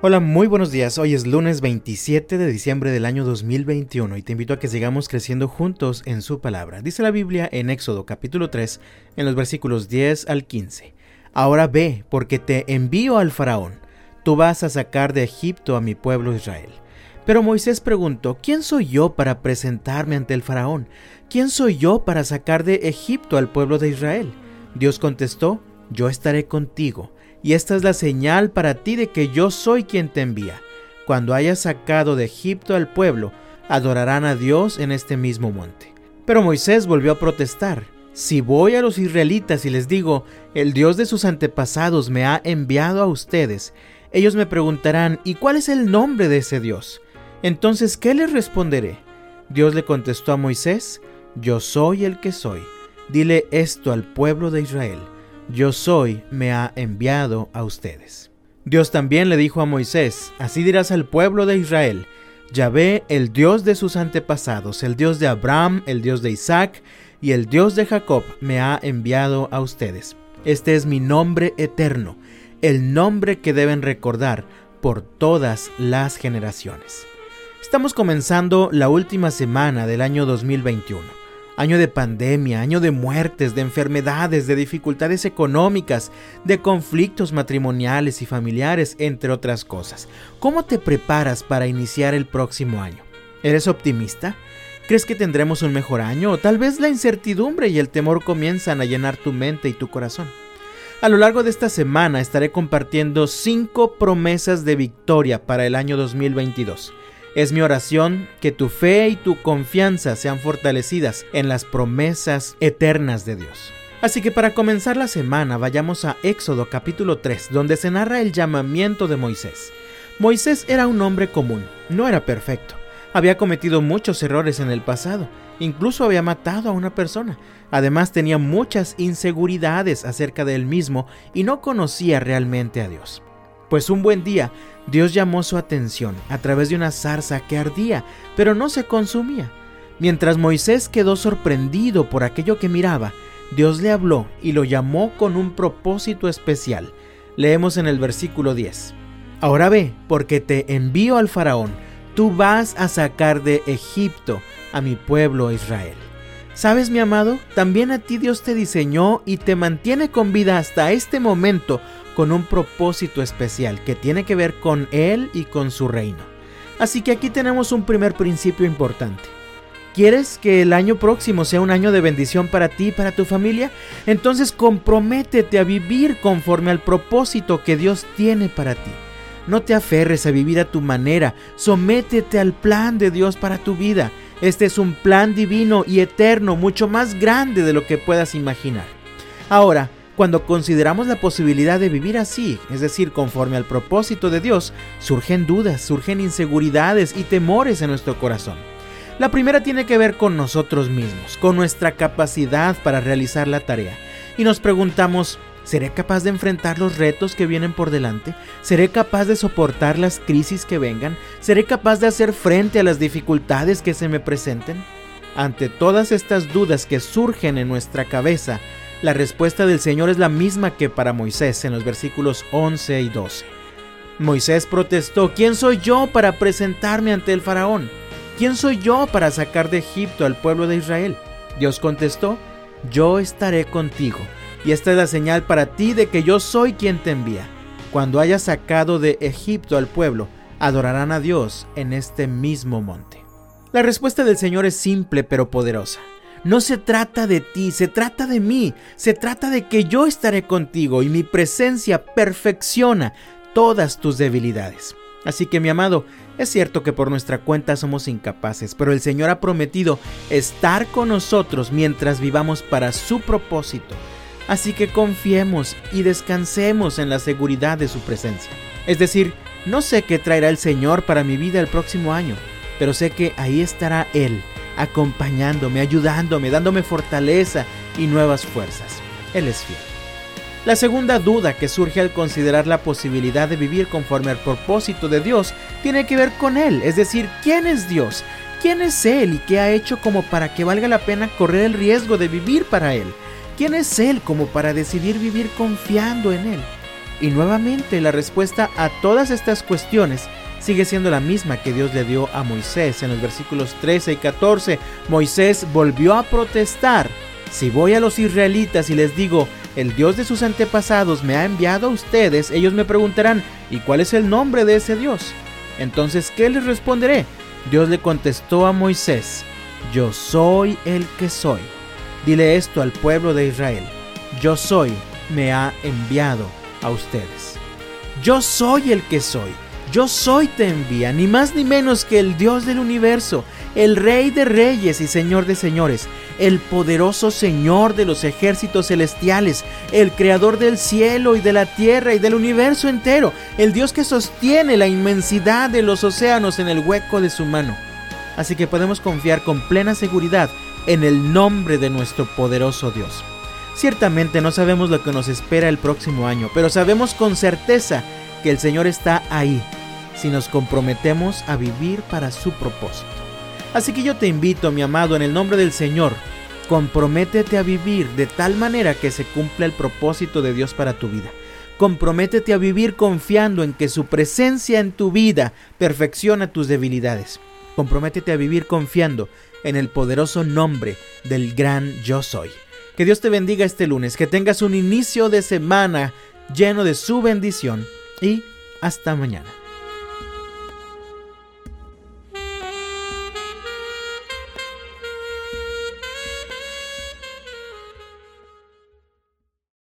Hola, muy buenos días. Hoy es lunes 27 de diciembre del año 2021 y te invito a que sigamos creciendo juntos en su palabra. Dice la Biblia en Éxodo capítulo 3, en los versículos 10 al 15. Ahora ve, porque te envío al faraón. Tú vas a sacar de Egipto a mi pueblo Israel. Pero Moisés preguntó, ¿quién soy yo para presentarme ante el faraón? ¿Quién soy yo para sacar de Egipto al pueblo de Israel? Dios contestó, yo estaré contigo. Y esta es la señal para ti de que yo soy quien te envía. Cuando hayas sacado de Egipto al pueblo, adorarán a Dios en este mismo monte. Pero Moisés volvió a protestar. Si voy a los israelitas y les digo, el Dios de sus antepasados me ha enviado a ustedes, ellos me preguntarán, ¿y cuál es el nombre de ese Dios? Entonces, ¿qué les responderé? Dios le contestó a Moisés, yo soy el que soy. Dile esto al pueblo de Israel. Yo soy, me ha enviado a ustedes. Dios también le dijo a Moisés, así dirás al pueblo de Israel, Yahvé, el Dios de sus antepasados, el Dios de Abraham, el Dios de Isaac y el Dios de Jacob, me ha enviado a ustedes. Este es mi nombre eterno, el nombre que deben recordar por todas las generaciones. Estamos comenzando la última semana del año 2021. Año de pandemia, año de muertes, de enfermedades, de dificultades económicas, de conflictos matrimoniales y familiares, entre otras cosas. ¿Cómo te preparas para iniciar el próximo año? ¿Eres optimista? ¿Crees que tendremos un mejor año? ¿O tal vez la incertidumbre y el temor comienzan a llenar tu mente y tu corazón? A lo largo de esta semana estaré compartiendo 5 promesas de victoria para el año 2022. Es mi oración que tu fe y tu confianza sean fortalecidas en las promesas eternas de Dios. Así que para comenzar la semana vayamos a Éxodo capítulo 3, donde se narra el llamamiento de Moisés. Moisés era un hombre común, no era perfecto. Había cometido muchos errores en el pasado, incluso había matado a una persona. Además tenía muchas inseguridades acerca de él mismo y no conocía realmente a Dios. Pues un buen día, Dios llamó su atención a través de una zarza que ardía, pero no se consumía. Mientras Moisés quedó sorprendido por aquello que miraba, Dios le habló y lo llamó con un propósito especial. Leemos en el versículo 10. Ahora ve, porque te envío al faraón, tú vas a sacar de Egipto a mi pueblo Israel. ¿Sabes, mi amado? También a ti Dios te diseñó y te mantiene con vida hasta este momento con un propósito especial que tiene que ver con Él y con su reino. Así que aquí tenemos un primer principio importante. ¿Quieres que el año próximo sea un año de bendición para ti y para tu familia? Entonces comprométete a vivir conforme al propósito que Dios tiene para ti. No te aferres a vivir a tu manera, sométete al plan de Dios para tu vida. Este es un plan divino y eterno, mucho más grande de lo que puedas imaginar. Ahora, cuando consideramos la posibilidad de vivir así, es decir, conforme al propósito de Dios, surgen dudas, surgen inseguridades y temores en nuestro corazón. La primera tiene que ver con nosotros mismos, con nuestra capacidad para realizar la tarea. Y nos preguntamos, ¿seré capaz de enfrentar los retos que vienen por delante? ¿Seré capaz de soportar las crisis que vengan? ¿Seré capaz de hacer frente a las dificultades que se me presenten? Ante todas estas dudas que surgen en nuestra cabeza, la respuesta del Señor es la misma que para Moisés en los versículos 11 y 12. Moisés protestó, ¿quién soy yo para presentarme ante el faraón? ¿Quién soy yo para sacar de Egipto al pueblo de Israel? Dios contestó, yo estaré contigo, y esta es la señal para ti de que yo soy quien te envía. Cuando hayas sacado de Egipto al pueblo, adorarán a Dios en este mismo monte. La respuesta del Señor es simple pero poderosa. No se trata de ti, se trata de mí, se trata de que yo estaré contigo y mi presencia perfecciona todas tus debilidades. Así que, mi amado, es cierto que por nuestra cuenta somos incapaces, pero el Señor ha prometido estar con nosotros mientras vivamos para su propósito. Así que confiemos y descansemos en la seguridad de su presencia. Es decir, no sé qué traerá el Señor para mi vida el próximo año, pero sé que ahí estará Él, acompañándome, ayudándome, dándome fortaleza y nuevas fuerzas. Él es fiel. La segunda duda que surge al considerar la posibilidad de vivir conforme al propósito de Dios tiene que ver con Él, es decir, ¿quién es Dios? ¿Quién es Él y qué ha hecho como para que valga la pena correr el riesgo de vivir para Él? ¿Quién es Él como para decidir vivir confiando en Él? Y nuevamente la respuesta a todas estas cuestiones sigue siendo la misma que Dios le dio a Moisés en los versículos 13 y 14. Moisés volvió a protestar: si voy a los israelitas y les digo, el Dios de sus antepasados me ha enviado a ustedes, ellos me preguntarán, ¿y cuál es el nombre de ese Dios? Entonces, ¿qué les responderé? Dios le contestó a Moisés: yo soy el que soy. Dile esto al pueblo de Israel: yo soy, me ha enviado a ustedes. Yo soy el que soy. Yo soy te envía, ni más ni menos que el Dios del universo, el Rey de reyes y Señor de señores, el poderoso Señor de los ejércitos celestiales, el Creador del cielo y de la tierra y del universo entero, el Dios que sostiene la inmensidad de los océanos en el hueco de su mano. Así que podemos confiar con plena seguridad en el nombre de nuestro poderoso Dios. Ciertamente no sabemos lo que nos espera el próximo año, pero sabemos con certeza que el Señor está ahí, si nos comprometemos a vivir para su propósito. Así que yo te invito, mi amado, en el nombre del Señor, comprométete a vivir de tal manera que se cumpla el propósito de Dios para tu vida. Comprométete a vivir confiando en que su presencia en tu vida perfecciona tus debilidades. Comprométete a vivir confiando en el poderoso nombre del gran Yo Soy. Que Dios te bendiga este lunes, que tengas un inicio de semana lleno de su bendición y hasta mañana.